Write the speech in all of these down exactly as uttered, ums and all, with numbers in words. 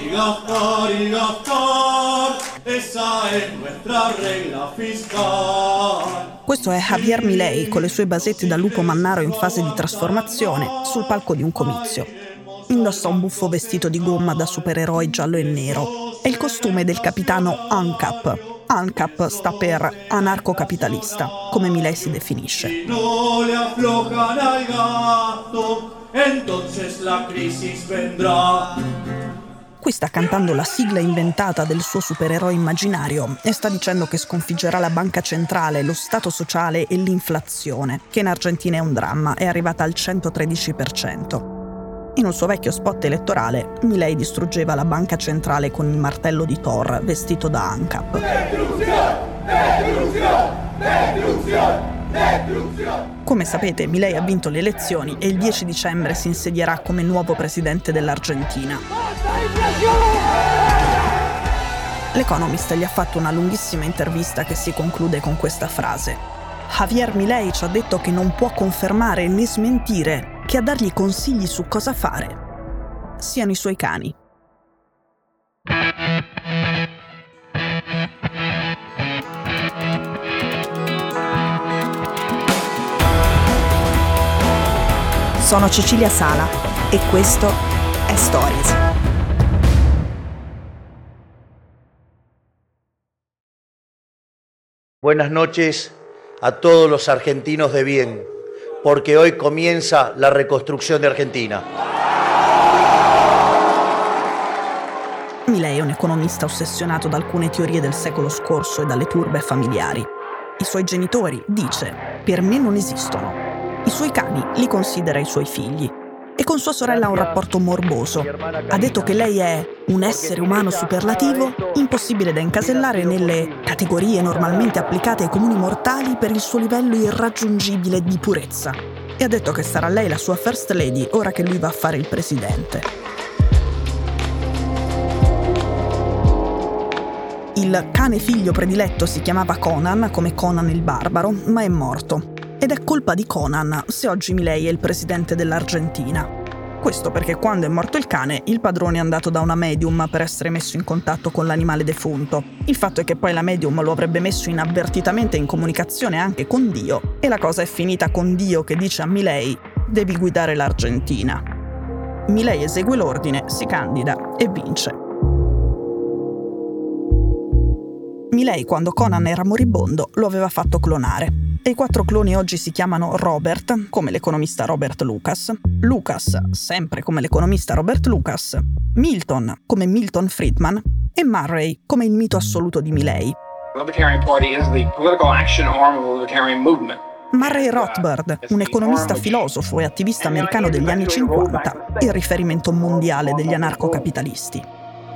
y gastar y gastar, esa es nuestra regla fiscal. Questo è Javier Milei con le sue basette da lupo mannaro in fase di trasformazione sul palco di un comizio. Indossa un buffo vestito di gomma da supereroe giallo e nero e il costume del capitano ANCAP. ANCAP sta per anarcocapitalista, come Milei si definisce. No le aflojan al gato, entonces la crisis vendrá. Qui sta cantando la sigla inventata del suo supereroe immaginario e sta dicendo che sconfiggerà la banca centrale, lo stato sociale e l'inflazione, che in Argentina è un dramma, è arrivata al centotredici per cento. In un suo vecchio spot elettorale, Milei distruggeva la banca centrale con il martello di Thor vestito da ANCAP. Destruzione! Destruzione! Destruzione! Destruzione! Come sapete, Milei ha vinto le elezioni e il dieci dicembre si insedierà come nuovo presidente dell'Argentina. L'Economist gli ha fatto una lunghissima intervista che si conclude con questa frase. Javier Milei ci ha detto che non può confermare né smentire, che a dargli consigli su cosa fare siano i suoi cani. Sono Cecilia Sala e questo è Stories. Buenas noches a todos los argentinos de bien, porque hoy comienza la reconstrucción de Argentina. Milei è un economista ossessionato da alcune teorie del secolo scorso e dalle turbe familiari. I suoi genitori, dice, per me non esistono. I suoi cani li considera i suoi figli. E con sua sorella ha un rapporto morboso. Ha detto che lei è un essere umano superlativo, impossibile da incasellare nelle categorie normalmente applicate ai comuni mortali per il suo livello irraggiungibile di purezza. E ha detto che sarà lei la sua first lady ora che lui va a fare il presidente. Il cane figlio prediletto si chiamava Conan, come Conan il barbaro, ma è morto. Ed è colpa di Conan se oggi Milei è il presidente dell'Argentina. Questo perché quando è morto il cane, il padrone è andato da una medium per essere messo in contatto con l'animale defunto. Il fatto è che poi la medium lo avrebbe messo inavvertitamente in comunicazione anche con Dio, e la cosa è finita con Dio che dice a Milei: devi guidare l'Argentina. Milei esegue l'ordine, si candida e vince. Milei, quando Conan era moribondo, lo aveva fatto clonare. E i quattro cloni oggi si chiamano Robert, come l'economista Robert Lucas, Lucas, sempre come l'economista Robert Lucas, Milton, come Milton Friedman, e Murray, come il mito assoluto di Milei. Libertarian Party is the political action arm of the libertarian movement. Murray Rothbard, un economista filosofo e attivista americano degli anni cinquanta, il riferimento mondiale degli anarcocapitalisti.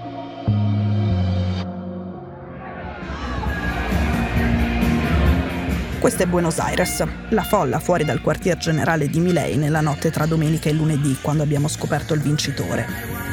Questa è Buenos Aires, la folla fuori dal quartier generale di Milei nella notte tra domenica e lunedì, quando abbiamo scoperto il vincitore.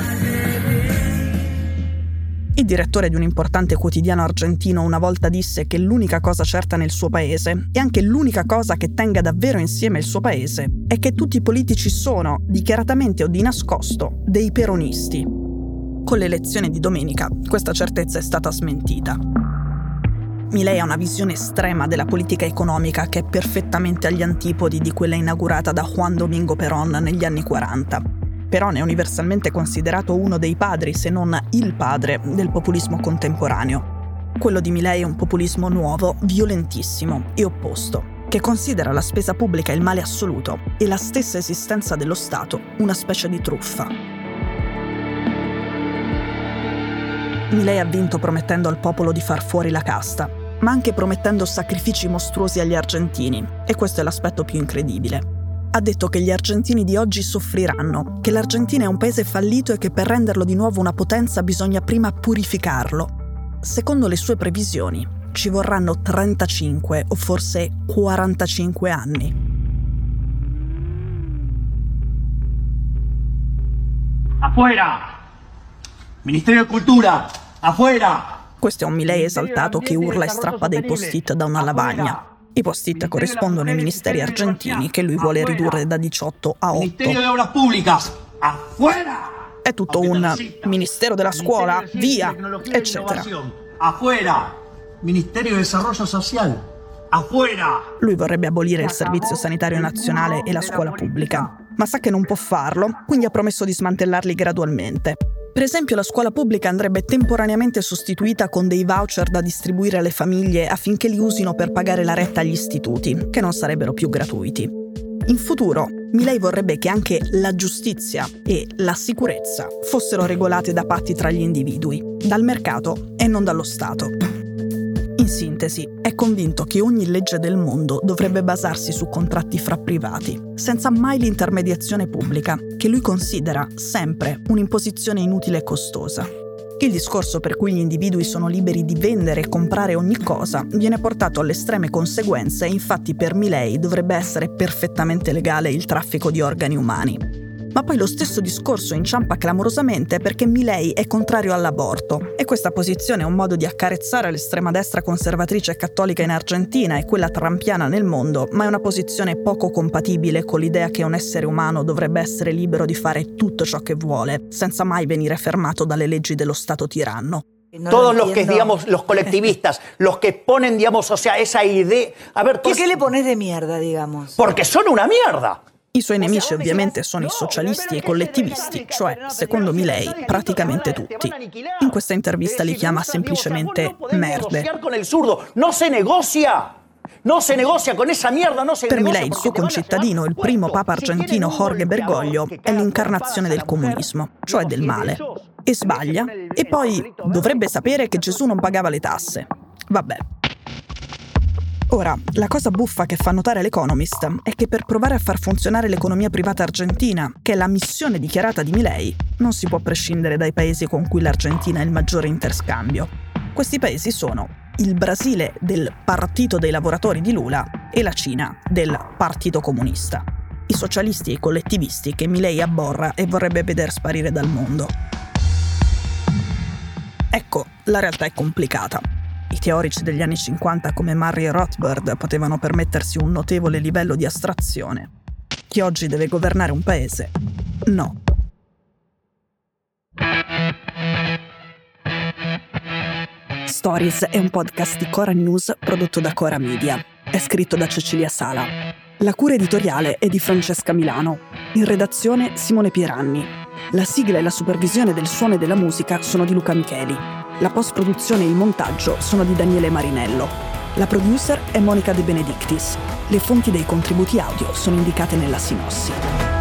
Il direttore di un importante quotidiano argentino una volta disse che l'unica cosa certa nel suo paese, e anche l'unica cosa che tenga davvero insieme il suo paese, è che tutti i politici sono, dichiaratamente o di nascosto, dei peronisti. Con l'elezione di domenica, questa certezza è stata smentita. Milei ha una visione estrema della politica economica che è perfettamente agli antipodi di quella inaugurata da Juan Domingo Perón negli anni quaranta. Perón è universalmente considerato uno dei padri, se non il padre, del populismo contemporaneo. Quello di Milei è un populismo nuovo, violentissimo e opposto, che considera la spesa pubblica il male assoluto e la stessa esistenza dello Stato una specie di truffa. Milei ha vinto promettendo al popolo di far fuori la casta, ma anche promettendo sacrifici mostruosi agli argentini, e questo è l'aspetto più incredibile. Ha detto che gli argentini di oggi soffriranno, che l'Argentina è un paese fallito e che per renderlo di nuovo una potenza bisogna prima purificarlo. Secondo le sue previsioni, ci vorranno trentacinque o forse quarantacinque anni. Afuera! Ministerio di Cultura! Afuera! Questo è un Milei esaltato che urla e strappa dei post-it da una lavagna. I post-it corrispondono ai ministeri argentini che lui vuole ridurre da diciotto a otto. Ministerio de Obras Públicas! Afuera! È tutto un Ministero della Scuola, via, eccetera. Afuera, Ministerio de Desarrollo Social. Afuera! Lui vorrebbe abolire il Servizio Sanitario Nazionale e la scuola pubblica, ma sa che non può farlo, quindi ha promesso di smantellarli gradualmente. Per esempio, la scuola pubblica andrebbe temporaneamente sostituita con dei voucher da distribuire alle famiglie affinché li usino per pagare la retta agli istituti, che non sarebbero più gratuiti. In futuro, Milei vorrebbe che anche la giustizia e la sicurezza fossero regolate da patti tra gli individui, dal mercato e non dallo Stato. In sintesi, è convinto che ogni legge del mondo dovrebbe basarsi su contratti fra privati, senza mai l'intermediazione pubblica, che lui considera sempre un'imposizione inutile e costosa. Il discorso per cui gli individui sono liberi di vendere e comprare ogni cosa viene portato alle estreme conseguenze e infatti per Milei dovrebbe essere perfettamente legale il traffico di organi umani. Ma poi lo stesso discorso inciampa clamorosamente perché Milei è contrario all'aborto e questa posizione è un modo di accarezzare l'estrema destra conservatrice e cattolica in Argentina e quella trampiana nel mondo, ma è una posizione poco compatibile con l'idea che un essere umano dovrebbe essere libero di fare tutto ciò che vuole, senza mai venire fermato dalle leggi dello Stato tiranno. No Todos los que, digamos, los colectivistas, los que ponen, digamos, o sea, esa idea... A ver, ¿por qué le pones de mierda, digamos? Porque son una mierda. I suoi nemici ovviamente sono i socialisti e i collettivisti, cioè, secondo Milei, praticamente tutti. In questa intervista li chiama semplicemente merde. No se negocia! No se negocia con esa mierda, no se per Milei il suo concittadino, il primo papa argentino Jorge Bergoglio, è l'incarnazione del comunismo, cioè del male. E sbaglia, e poi dovrebbe sapere che Gesù non pagava le tasse. Vabbè. Ora, la cosa buffa che fa notare l'Economist è che per provare a far funzionare l'economia privata argentina, che è la missione dichiarata di Milei, non si può prescindere dai paesi con cui l'Argentina ha il maggiore interscambio. Questi paesi sono il Brasile del Partito dei Lavoratori di Lula e la Cina del Partito Comunista. I socialisti e i collettivisti che Milei abborra e vorrebbe veder sparire dal mondo. Ecco, la realtà è complicata. I teorici degli anni cinquanta come Murray e Rothbard potevano permettersi un notevole livello di astrazione. Chi oggi deve governare un paese, no. Stories è un podcast di Cora News prodotto da Cora Media. È scritto da Cecilia Sala. La cura editoriale è di Francesca Milano. In redazione Simone Pieranni. La sigla e la supervisione del suono e della musica sono di Luca Micheli. La post-produzione e il montaggio sono di Daniele Marinello. La producer è Monica De Benedictis. Le fonti dei contributi audio sono indicate nella sinossi.